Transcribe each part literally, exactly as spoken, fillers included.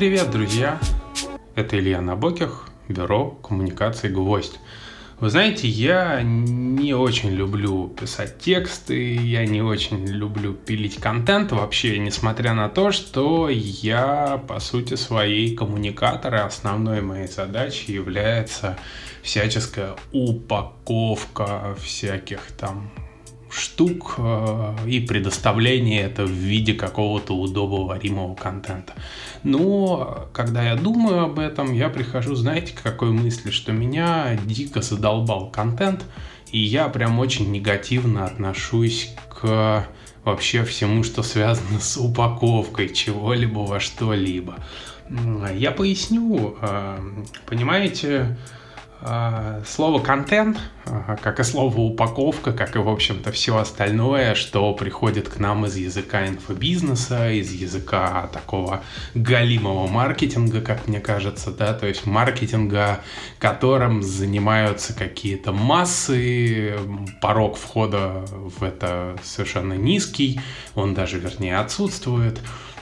привет, друзья! Это Илья Набоких, бюро коммуникации «Гвоздь». Вы знаете, я не очень люблю писать тексты, я не очень люблю пилить контент вообще, несмотря на то, что я, по сути своей, коммуникатор, и основной моей задачей является всяческая упаковка всяких там штук э, и предоставление это в виде какого-то удобоваримого контента. Но когда я думаю об этом, я прихожу, знаете, к какой мысли, что меня дико задолбал контент, и я прям очень негативно отношусь к вообще всему, что связано с упаковкой чего-либо во что-либо. Я поясню, э, понимаете, слово «контент», как и слово «упаковка», как и, в общем-то, все остальное, что приходит к нам из языка инфобизнеса, из языка такого галимого маркетинга, как мне кажется, да, то есть маркетинга, которым занимаются какие-то массы, порог входа в это совершенно низкий, он даже, вернее, отсутствует.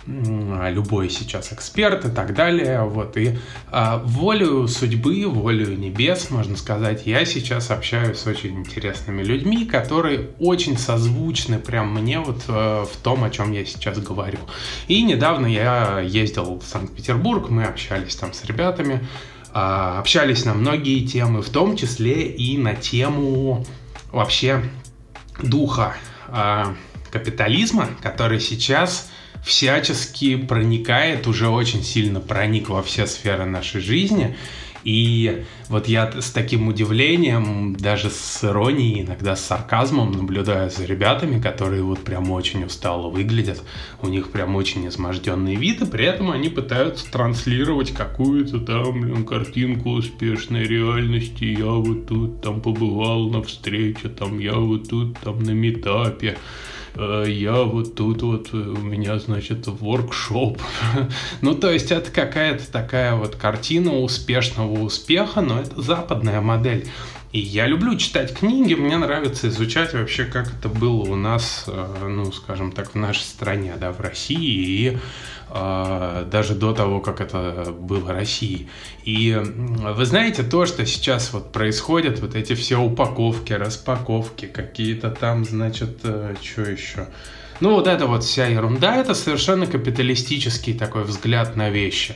Любой сейчас эксперт и так далее. Вот. И а, волею судьбы, волею небес, можно сказать, я сейчас общаюсь с очень интересными людьми, которые очень созвучны прям мне вот а, в том, о чем я сейчас говорю. И недавно я ездил в Санкт-Петербург, мы общались там с ребятами, а, общались на многие темы, в том числе и на тему вообще духа а, капитализма, который сейчас всячески проникает, уже очень сильно проник во все сферы нашей жизни. И вот я с таким удивлением, даже с иронией, иногда с сарказмом наблюдаю за ребятами, которые вот прям очень устало выглядят. У них прям очень изможденный вид, и при этом они пытаются транслировать какую-то там, блин, картинку успешной реальности. Я вот тут там побывал на встрече, там я вот тут там на митапе. Я вот тут вот, у меня, значит, воркшоп. Ну, то есть это какая-то такая вот картина успешного успеха, но это западная модель. И я люблю читать книги, мне нравится изучать вообще, как это было у нас, ну, скажем так, в нашей стране, да, в России, и э, даже до того, как это было Россией. И вы знаете, то, что сейчас вот происходит, вот эти все упаковки, распаковки, какие-то там, значит, э, что еще... Ну, вот эта вот вся ерунда, это совершенно капиталистический такой взгляд на вещи.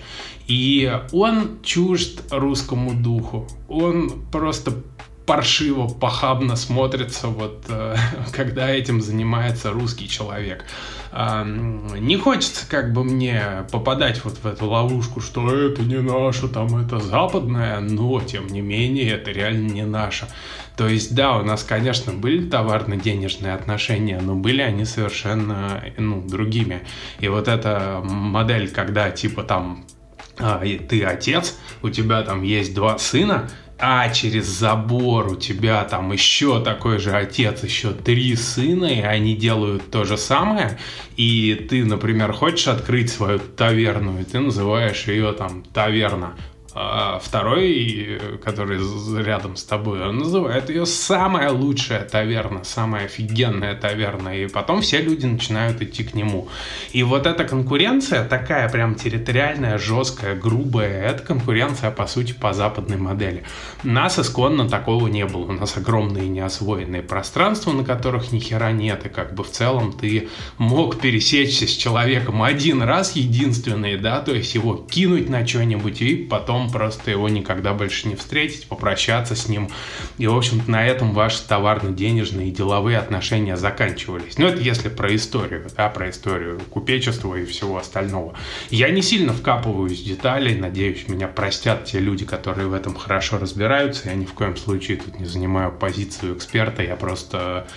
И он чужд русскому духу. Он просто паршиво, похабно смотрится, вот, э, когда этим занимается русский человек. Э, не хочется как бы мне попадать вот в эту ловушку, что это не наше, там это западное, но тем не менее это реально не наше. То есть, да, у нас, конечно, были товарно-денежные отношения, но были они совершенно, ну, другими. И вот эта модель, когда типа там э, ты отец, у тебя там есть два сына, а через забор у тебя там еще такой же отец, еще три сына, и они делают то же самое, и ты, например, хочешь открыть свою таверну, и ты называешь ее там таверна. А второй, который рядом с тобой, он называет ее самая лучшая таверна, самая офигенная таверна, и потом все люди начинают идти к нему. И вот эта конкуренция, такая прям территориальная, жесткая, грубая, это конкуренция, по сути, по западной модели. У нас исконно такого не было. У нас огромные неосвоенные пространства, на которых ни хера нет, и как бы в целом ты мог пересечься с человеком один раз, единственный, да, то есть его кинуть на что-нибудь, и потом просто его никогда больше не встретить, попрощаться с ним. И, в общем-то, на этом ваши товарно-денежные и деловые отношения заканчивались. Ну, это если про историю, да, про историю купечества и всего остального. Я не сильно вкапываюсь в детали, надеюсь, меня простят те люди, которые в этом хорошо разбираются. Я ни в коем случае тут не занимаю позицию эксперта, я просто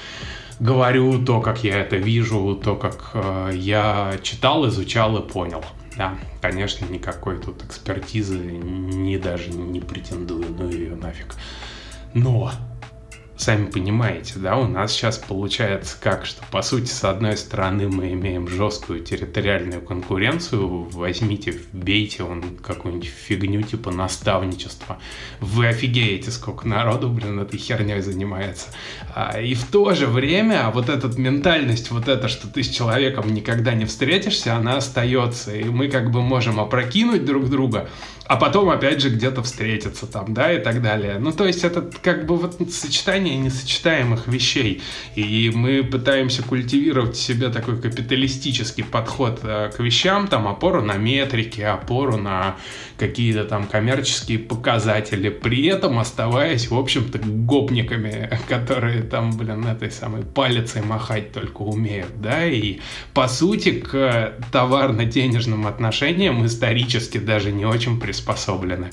говорю то, как я это вижу, то, как э, я читал, изучал и понял. Да, конечно, никакой тут экспертизы не даже не претендую, ну ее нафиг. Но сами понимаете, да, у нас сейчас получается как, что по сути с одной стороны мы имеем жесткую территориальную конкуренцию, возьмите, вбейте он какую-нибудь фигню типа наставничества, вы офигеете, сколько народу, блин, этой херней занимается, а, и в то же время вот эта ментальность, вот это, что ты с человеком никогда не встретишься, она остается, и мы как бы можем опрокинуть друг друга, а потом опять же где-то встретиться там, да, и так далее. Ну, то есть это как бы вот сочетание несочетаемых вещей. И мы пытаемся культивировать в себе такой капиталистический подход к вещам, там, опору на метрики, опору на какие-то там коммерческие показатели, при этом оставаясь, в общем-то, гопниками, которые там, блин, этой самой палицей махать только умеют, да, и по сути к товарно-денежным отношениям исторически даже не очень приспособлены.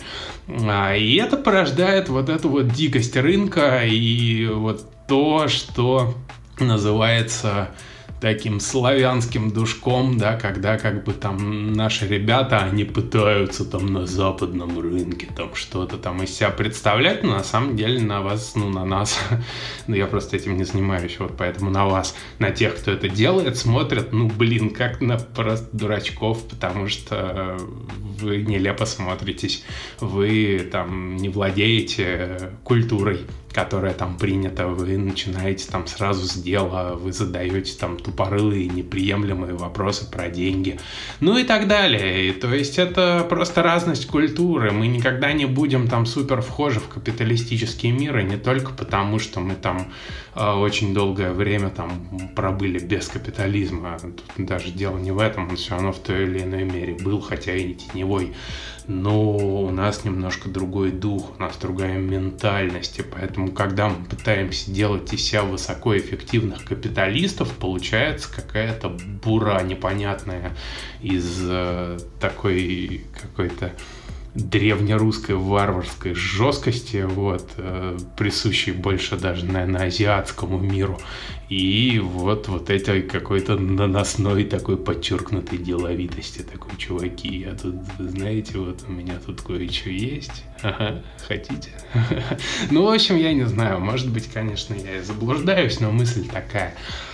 И это порождает вот эту вот дикость рынка и вот то, что называется таким славянским душком, да, когда как бы там наши ребята, они пытаются там на западном рынке там что-то там из себя представлять, но на самом деле на вас, ну на нас, ну я просто этим не занимаюсь, вот поэтому на вас, на тех, кто это делает, смотрят, ну блин, как на просто дурачков, потому что вы нелепо смотритесь, вы там не владеете культурой, которая там принята, вы начинаете там сразу с дела, вы задаете там тупорылые, неприемлемые вопросы про деньги, ну и так далее. И, то есть это просто разность культуры. Мы никогда не будем там супер вхожи в капиталистические миры, не только потому, что мы там э, очень долгое время там пробыли без капитализма. Тут даже дело не в этом, он все равно в той или иной мере был, хотя и не теневой. Но у нас немножко другой дух, у нас другая ментальность, и поэтому, когда мы пытаемся делать из себя высокоэффективных капиталистов, получается какая-то бура непонятная из э, такой какой-то древнерусской варварской жесткости, вот, э, присущей больше даже, наверное, азиатскому миру, и вот, вот этой какой-то наносной такой подчеркнутой деловитости, такой, чуваки, я тут, знаете, вот у меня тут кое-что есть, ага, хотите? Ну, в общем, я не знаю, может быть, конечно, я и заблуждаюсь, но мысль такая.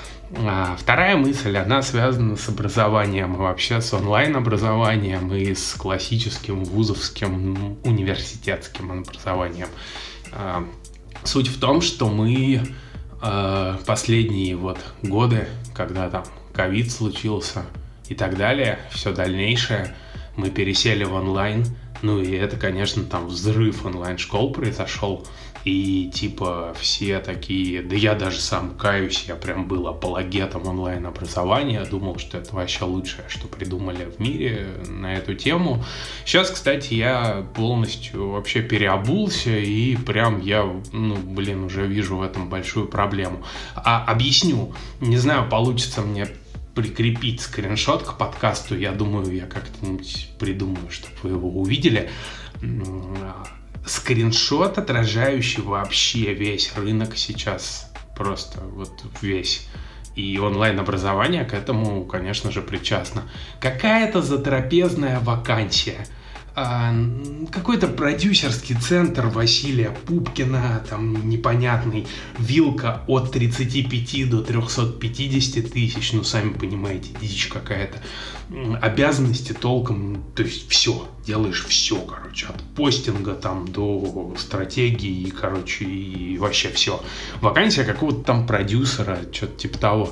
А вторая мысль, она связана с образованием, и вообще с онлайн-образованием и с классическим вузовским университетским образованием. А, суть в том, что мы а, последние вот годы, когда там ковид случился и так далее, все дальнейшее, мы пересели в онлайн, ну и это, конечно, там взрыв онлайн-школ произошел. И типа все такие, да я даже сам каюсь, я прям был апологетом онлайн-образования, думал, что это вообще лучшее, что придумали в мире на эту тему. Сейчас, кстати, я полностью вообще переобулся и прям я, ну, блин, уже вижу в этом большую проблему. А объясню, не знаю, получится мне прикрепить скриншот к подкасту, я думаю, я как-нибудь придумаю, чтобы вы его увидели. Скриншот, отражающий вообще весь рынок сейчас, просто вот весь. И онлайн-образование к этому, конечно же, причастно. Какая-то затрапезная вакансия. А, какой-то продюсерский центр Василия Пупкина, там непонятный, вилка от тридцати пяти до трехсот пятидесяти тысяч, ну сами понимаете, дичь какая-то. Обязанности толком, то есть все, делаешь все, короче, от постинга там до стратегии, короче, и вообще все. Вакансия какого-то там продюсера, что-то типа того.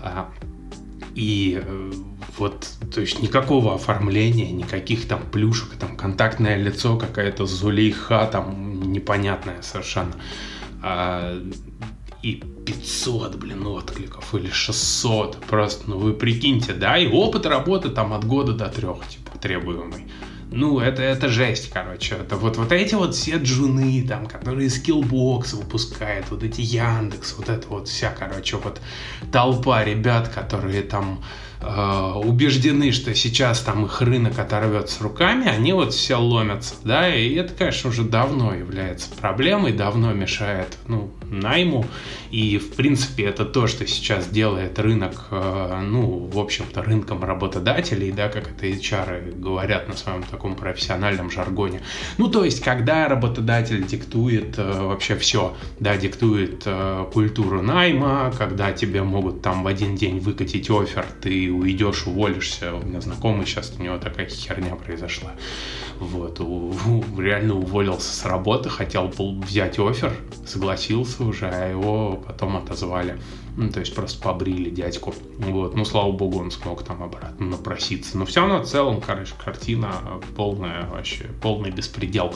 И вот, то есть никакого оформления, никаких там плюшек, там контактное лицо, какая-то Зулейха там непонятная совершенно. А, и пятьсот, блин, откликов или шестьсот, просто, ну вы прикиньте, да, и опыт работы там от года до трех, типа, требуемый. Ну, это, это жесть, короче. Это вот, вот эти вот все джуны, там, которые Skillbox выпускает, вот эти Яндекс, вот это вот вся, короче, вот толпа ребят, которые там э, убеждены, что сейчас там их рынок оторвет с руками, они вот все ломятся, да, и это, конечно, уже давно является проблемой, давно мешает, ну, найму, и, в принципе, это то, что сейчас делает рынок, э, ну, в общем-то, рынком работодателей, да, как это эйч ар говорят на своем таком таком профессиональном жаргоне. Ну, то есть, когда работодатель диктует э, вообще все, да, диктует э, культуру найма, когда тебе могут там в один день выкатить оффер, ты уйдешь, уволишься. У меня знакомый сейчас, у него такая херня произошла. Вот, у, у, реально уволился с работы, хотел взять оффер, согласился уже, а его потом отозвали. Ну, то есть просто побрили дядьку. Вот. Ну, слава богу, он смог там обратно напроситься. Но все равно в целом, короче, картина полная вообще, полный беспредел.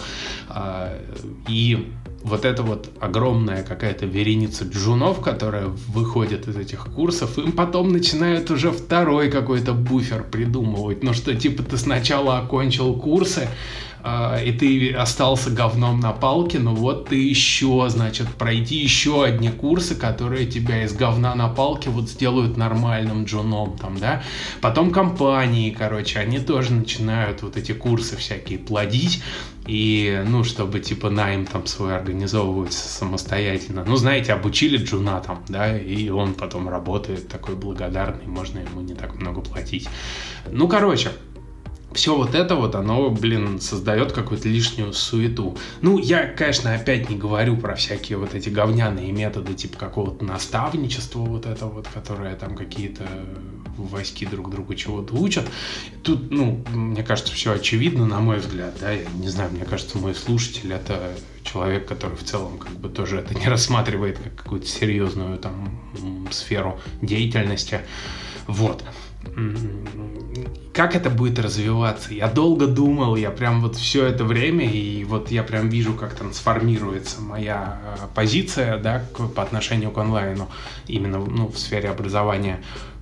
И вот эта вот огромная какая-то вереница джунов, которая выходит из этих курсов, им потом начинают уже второй какой-то буфер придумывать. Ну что, типа, ты сначала окончил курсы, и ты остался говном на палке, но вот ты еще, значит, пройди еще одни курсы, которые тебя из говна на палке вот сделают нормальным джуном, там, да. Потом компании, короче, они тоже начинают вот эти курсы всякие плодить, и, ну, чтобы, типа, найм там свой организовывать самостоятельно. Ну, знаете, обучили джуна там, да, и он потом работает такой благодарный, можно ему не так много платить. Ну, короче, все вот это вот, оно, блин, создает какую-то лишнюю суету. Ну, я, конечно, опять не говорю про всякие вот эти говняные методы, типа какого-то наставничества вот это вот, которое там какие-то васьки друг другу чего-то учат. Тут, ну, мне кажется, все очевидно, на мой взгляд, да, я не знаю, мне кажется, мой слушатель — это человек, который в целом как бы тоже это не рассматривает как какую-то серьезную там сферу деятельности. Вот. Как это будет развиваться? Я долго думал, я прям вот все это время, и вот я прям вижу, как трансформируется моя позиция, да, по отношению к онлайну, именно, ну, в сфере образования.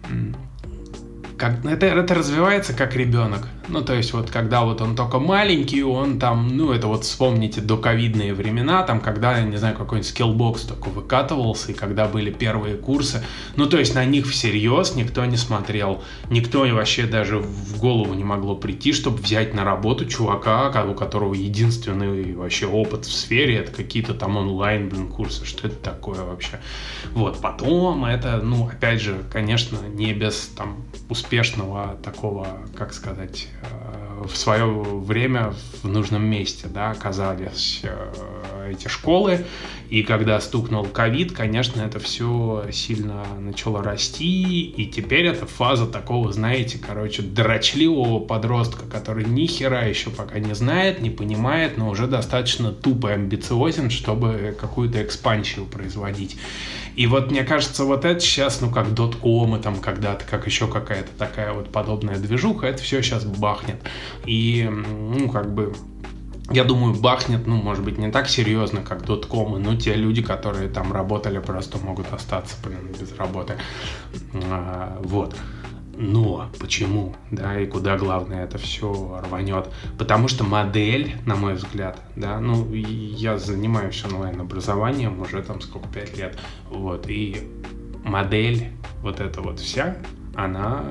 Как, это, это развивается как ребенок. Ну, то есть, вот когда вот он только маленький, он там, ну, это вот вспомните доковидные времена, там, когда, я не знаю, какой-нибудь Skillbox только выкатывался, и когда были первые курсы, ну, то есть, на них всерьез никто не смотрел, никто вообще даже в голову не могло прийти, чтобы взять на работу чувака, у которого единственный вообще опыт в сфере, это какие-то там онлайн, блин, курсы, что это такое вообще. Вот, потом это, ну, опять же, конечно, не без там успешного такого, как сказать, в свое время в нужном месте, да, оказались эти школы, и когда стукнул ковид, конечно, это все сильно начало расти, и теперь это фаза такого, знаете, короче, дрочливого подростка, который ни хера еще пока не знает, не понимает, но уже достаточно тупо и амбициозен, чтобы какую-то экспансию производить. И вот мне кажется, вот это сейчас, ну, как доткомы там когда-то, как еще какая-то такая вот подобная движуха, это все сейчас бахнет. И, ну, как бы, я думаю, бахнет, ну, может быть, не так серьезно, как доткомы, но те люди, которые там работали, просто могут остаться, блин, без работы. А, вот. Но почему, да, и куда, главное, это все рванет? Потому что модель, на мой взгляд, да, ну, я занимаюсь онлайн-образованием уже там сколько, пять лет, вот, и модель вот эта вот вся, она,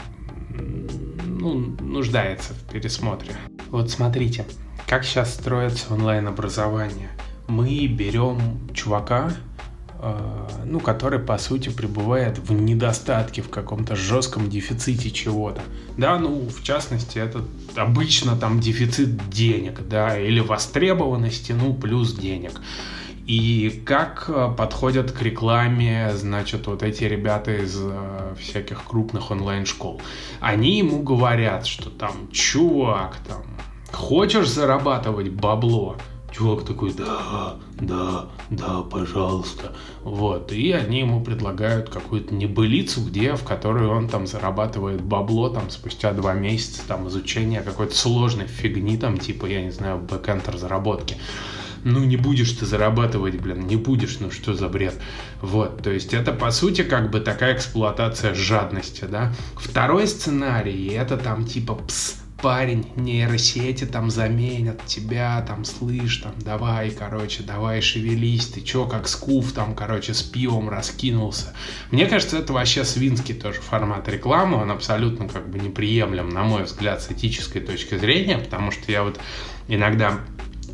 ну, нуждается в пересмотре. Вот смотрите, как сейчас строится онлайн-образование. Мы берем чувака, ну, который, по сути, пребывает в недостатке, в каком-то жестком дефиците чего-то. Да, ну, в частности, это обычно там дефицит денег, да, или востребованности, ну, плюс денег. И как подходят к рекламе, значит, вот эти ребята из э, всяких крупных онлайн-школ. Они ему говорят, что там, чувак, там, хочешь зарабатывать бабло? Чувак такой, да, да, да, пожалуйста. Вот, и они ему предлагают какую-то небылицу, где, в которой он там зарабатывает бабло, там, спустя два месяца, там, изучения какой-то сложной фигни, там, типа, я не знаю, бэкэнд разработки. Ну, не будешь ты зарабатывать, блин, не будешь, ну, что за бред. Вот, то есть это, по сути, как бы такая эксплуатация жадности, да. Второй сценарий, это там, типа, пс, парень, нейросети там заменят тебя, там, слышь, там, давай, короче, давай, шевелись, ты чё, как скуф, там, короче, с пивом раскинулся. Мне кажется, это вообще свинский тоже формат рекламы, он абсолютно, как бы, неприемлем, на мой взгляд, с этической точки зрения, потому что я вот иногда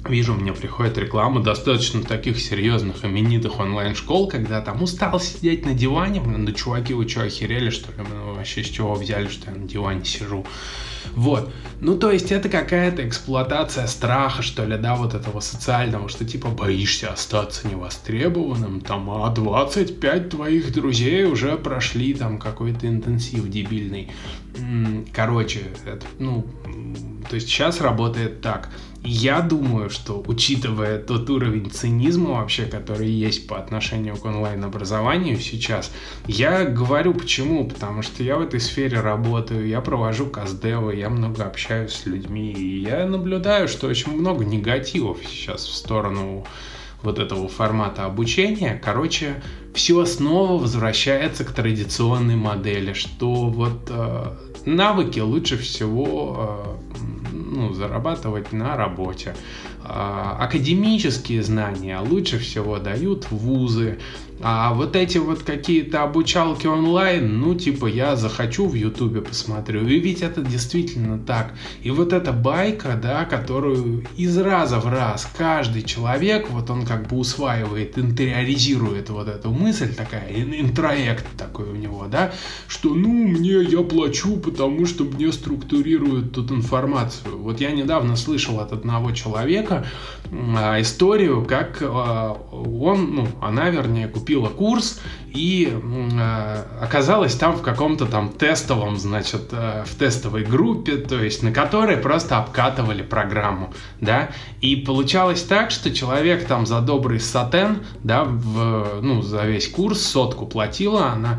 вижу, мне приходит реклама достаточно таких серьезных, именитых онлайн-школ, когда там устал сидеть на диване, блин, да чуваки, вы что, охерели, что ли? Ну, вообще с чего взяли, что я на диване сижу? Вот. Ну, то есть это какая-то эксплуатация страха, что ли, да, вот этого социального, что типа боишься остаться невостребованным, там, а двадцать пять твоих друзей уже прошли там какой-то интенсив дебильный. Короче, это, ну, то есть сейчас работает так. Я думаю, что, учитывая тот уровень цинизма вообще, который есть по отношению к онлайн-образованию сейчас, я говорю почему, потому что я в этой сфере работаю, я провожу каздевы, я много общаюсь с людьми, и я наблюдаю, что очень много негативов сейчас в сторону вот этого формата обучения. Короче, все снова возвращается к традиционной модели, что вот э, навыки лучше всего э, ну, зарабатывать на работе. А, академические знания лучше всего дают вузы. А вот эти вот какие-то обучалки онлайн, ну, типа, я захочу в Ютубе посмотрю. И ведь это действительно так. И вот эта байка, да, которую из раза в раз каждый человек, вот он как бы усваивает, интериоризирует вот эту мысль, такая, интроект такой у него, да, что, ну, мне, я плачу, потому что мне структурируют тут информацию. Вот я недавно слышал от одного человека а, историю, как а, он, ну, она, вернее, купила курс и э, оказалась там в каком-то там тестовом, значит, э, в тестовой группе, то есть на которой просто обкатывали программу, да, и получалось так, что человек там за добрый сатен, да, в, ну, за весь курс сотку платила она,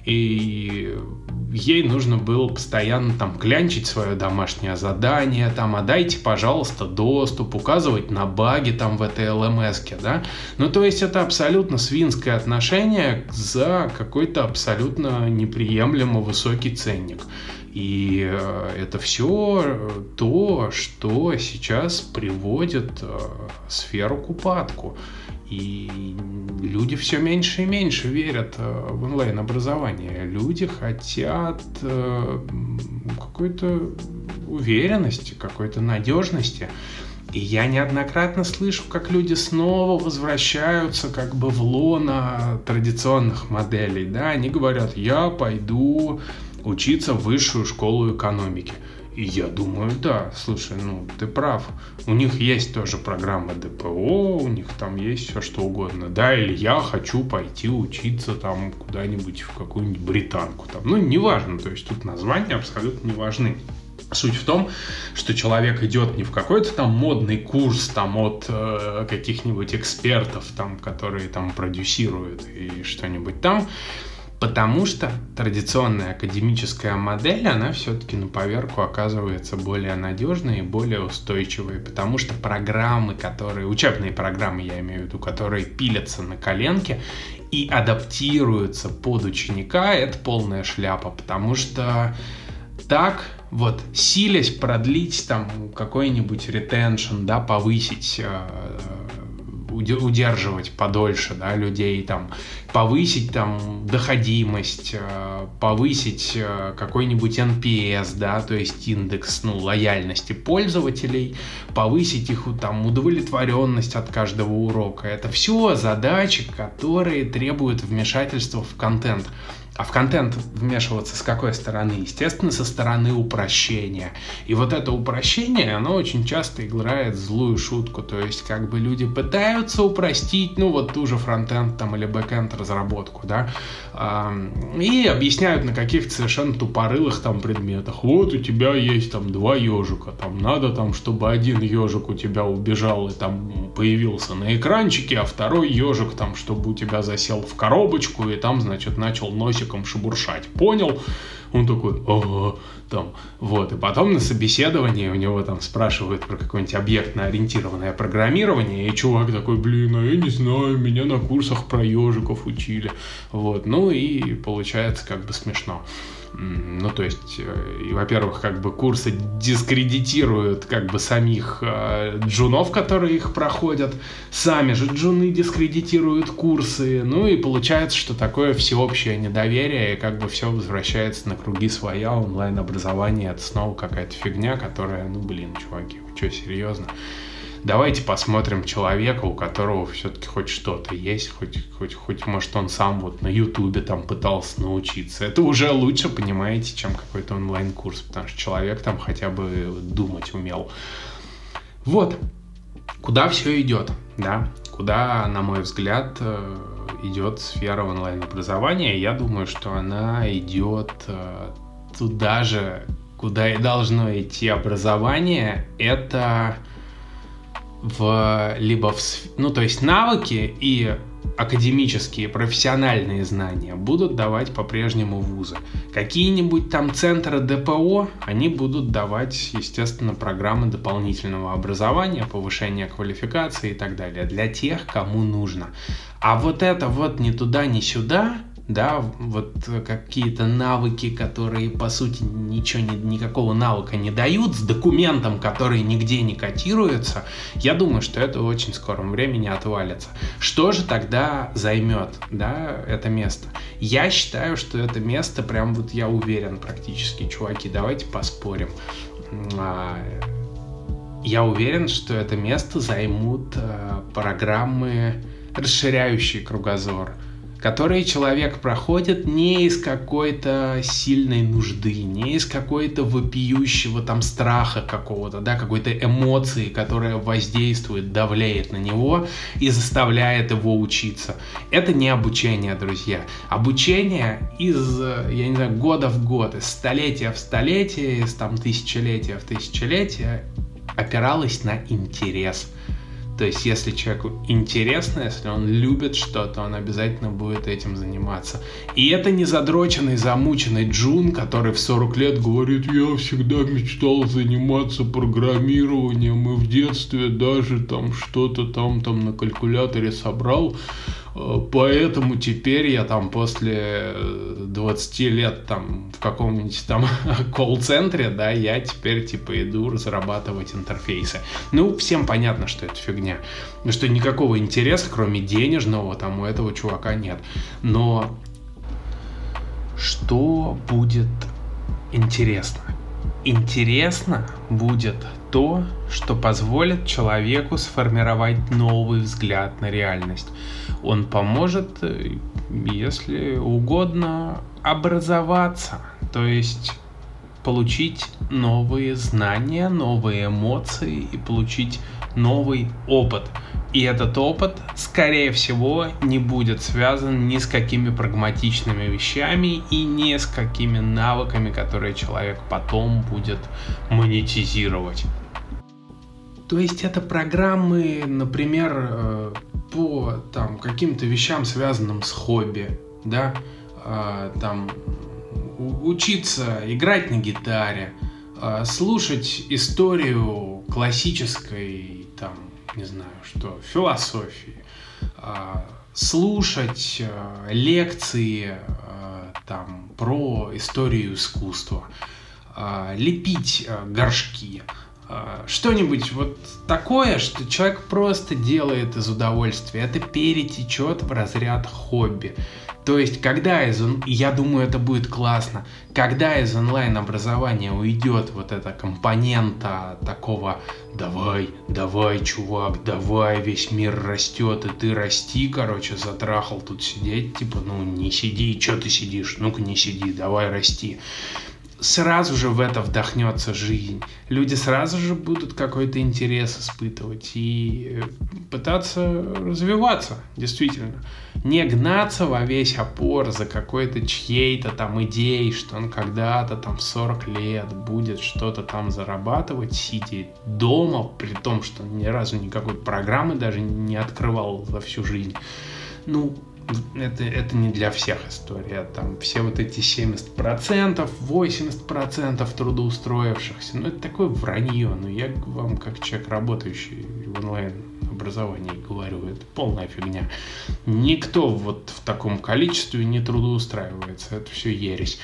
и ей нужно было постоянно там клянчить свое домашнее задание, там, а дайте, пожалуйста, доступ, указывать на баги там в этой эл эм эс-ке, да. Ну, то есть это абсолютно свинское отношение за какой-то абсолютно неприемлемо высокий ценник. И это все то, что сейчас приводит сферу к упадку. И люди все меньше и меньше верят в онлайн-образование. Люди хотят какой-то уверенности, какой-то надежности. И я неоднократно слышу, как люди снова возвращаются как бы в лоно традиционных моделей. Да? Они говорят, я пойду учиться в высшую школу экономики. И я думаю, да, слушай, ну, ты прав. У них есть тоже программа дэ пэ о, у них там есть все что угодно. Да, или я хочу пойти учиться там куда-нибудь в какую-нибудь британку. Там. Ну, неважно, то есть тут названия абсолютно не важны. Суть в том, что человек идет не в какой-то там модный курс там от э, каких-нибудь экспертов, там, которые там продюсируют и что-нибудь там, потому что традиционная академическая модель, она все-таки на поверку оказывается более надежной и более устойчивой, потому что программы, которые, учебные программы, я имею в виду, которые пилятся на коленке и адаптируются под ученика, это полная шляпа, потому что так вот, силясь продлить там какой-нибудь ретеншн, да, повысить, удерживать подольше, да, людей, там, повысить там доходимость, повысить какой-нибудь эн пи эс, да, то есть индекс, ну, лояльности пользователей, повысить их там удовлетворенность от каждого урока. Это все задачи, которые требуют вмешательства в контент. А в контент вмешиваться с какой стороны? Естественно, со стороны упрощения. И вот это упрощение, оно очень часто играет злую шутку. То есть, как бы люди пытаются упростить, ну, вот ту же фронтенд там или бэкенд разработку, да, и объясняют на каких-то совершенно тупорылых там предметах. Вот у тебя есть там два ежика, там надо там, чтобы один ежик у тебя убежал и там появился на экранчике, а второй ежик там, чтобы у тебя засел в коробочку и там, значит, начал носик шебуршать. Понял? Он такой, ага, там, вот. И потом на собеседовании у него там спрашивают про какое-нибудь объектно-ориентированное программирование, и чувак такой, блин, а я не знаю, меня на курсах про ежиков учили. Вот. Ну и получается как бы смешно. Ну, то есть, и, во-первых, как бы курсы дискредитируют как бы самих э, джунов, которые их проходят, сами же джуны дискредитируют курсы, ну и получается, что такое всеобщее недоверие, и как бы все возвращается на круги своя, онлайн-образование — это снова какая-то фигня, которая, ну, блин, чуваки, вы что, серьезно? Давайте посмотрим человека, у которого все-таки хоть что-то есть, хоть, хоть, хоть может он сам вот на Ютубе там пытался научиться. Это уже лучше, понимаете, чем какой-то онлайн-курс, потому что человек там хотя бы думать умел. Вот, куда все идет, да, куда, на мой взгляд, идет сфера онлайн-образования. Я думаю, что она идет туда же, куда и должно идти образование, это в, либо в, ну, то есть навыки и академические, профессиональные знания будут давать по-прежнему вузы. Какие-нибудь там центры ДПО, они будут давать, естественно, программы дополнительного образования, повышения квалификации и так далее, для тех, кому нужно. А вот это вот ни туда, ни сюда, да, вот какие-то навыки, которые, по сути, ничего, никакого навыка не дают, с документом, который нигде не котируется, я думаю, что это в очень скором времени отвалится. Что же тогда займет, да, это место? Я считаю, что это место, прям вот я уверен практически, чуваки, давайте поспорим. Я уверен, что это место займут программы, расширяющие кругозор, которые человек проходит не из какой-то сильной нужды, не из какой-то вопиющего там страха какого-то, да, какой-то эмоции, которая воздействует, давляет на него и заставляет его учиться. Это не обучение, друзья. Обучение из, я не знаю, года в год, из столетия в столетие, из там тысячелетия в тысячелетие опиралось на интерес. То есть, если человеку интересно, если он любит что-то, он обязательно будет этим заниматься. И это не задроченный, замученный джун, который в сорок лет говорит: я всегда мечтал заниматься программированием, и в детстве даже там что-то там, там на калькуляторе собрал. Поэтому теперь я там после двадцати лет там в каком-нибудь там колл-центре, да, я теперь типа иду разрабатывать интерфейсы. Ну, всем понятно, что это фигня. Что никакого интереса, кроме денежного, там у этого чувака нет. Но что будет интересно? Интересно будет то, что позволит человеку сформировать новый взгляд на реальность. Он поможет, если угодно, образоваться, то есть получить новые знания, новые эмоции и получить новый опыт. И этот опыт, скорее всего, не будет связан ни с какими прагматичными вещами и ни с какими навыками, которые человек потом будет монетизировать. То есть это программы, например, по там, каким-то вещам, связанным с хобби, да, там, учиться играть на гитаре, слушать историю классической, там, не знаю что, философии, слушать лекции там, про историю искусства, лепить горшки, что-нибудь вот такое, что человек просто делает из удовольствия. Это перетечет в разряд хобби. То есть, когда из, я думаю, это будет классно, когда из онлайн-образования уйдет вот эта компонента такого «давай, давай, чувак, давай, весь мир растет, и ты расти», короче, затрахал тут сидеть, типа, ну не сиди, что ты сидишь, ну-ка не сиди, давай расти. Сразу же в это вдохнется жизнь. Люди сразу же будут какой-то интерес испытывать и пытаться развиваться, действительно. Не гнаться во весь опор за какой-то чьей-то там идеей, что он когда-то там в сорок лет будет что-то там зарабатывать, сидя дома, при том, что он ни разу никакой программы даже не открывал за всю жизнь. Ну, Это, это не для всех история. Там все вот эти семьдесят процентов, восемьдесят процентов трудоустроившихся. Ну, это такое вранье. Но я вам, как человек, работающий в онлайн-образовании, говорю, это полная фигня. Никто вот в таком количестве не трудоустраивается. Это все ересь.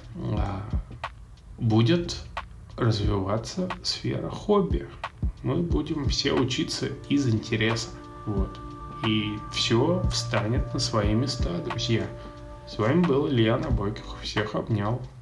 Будет развиваться сфера хобби. Мы будем все учиться из интереса. Вот. И все встанет на свои места, друзья. С вами был Илья Набоких. Всех обнял.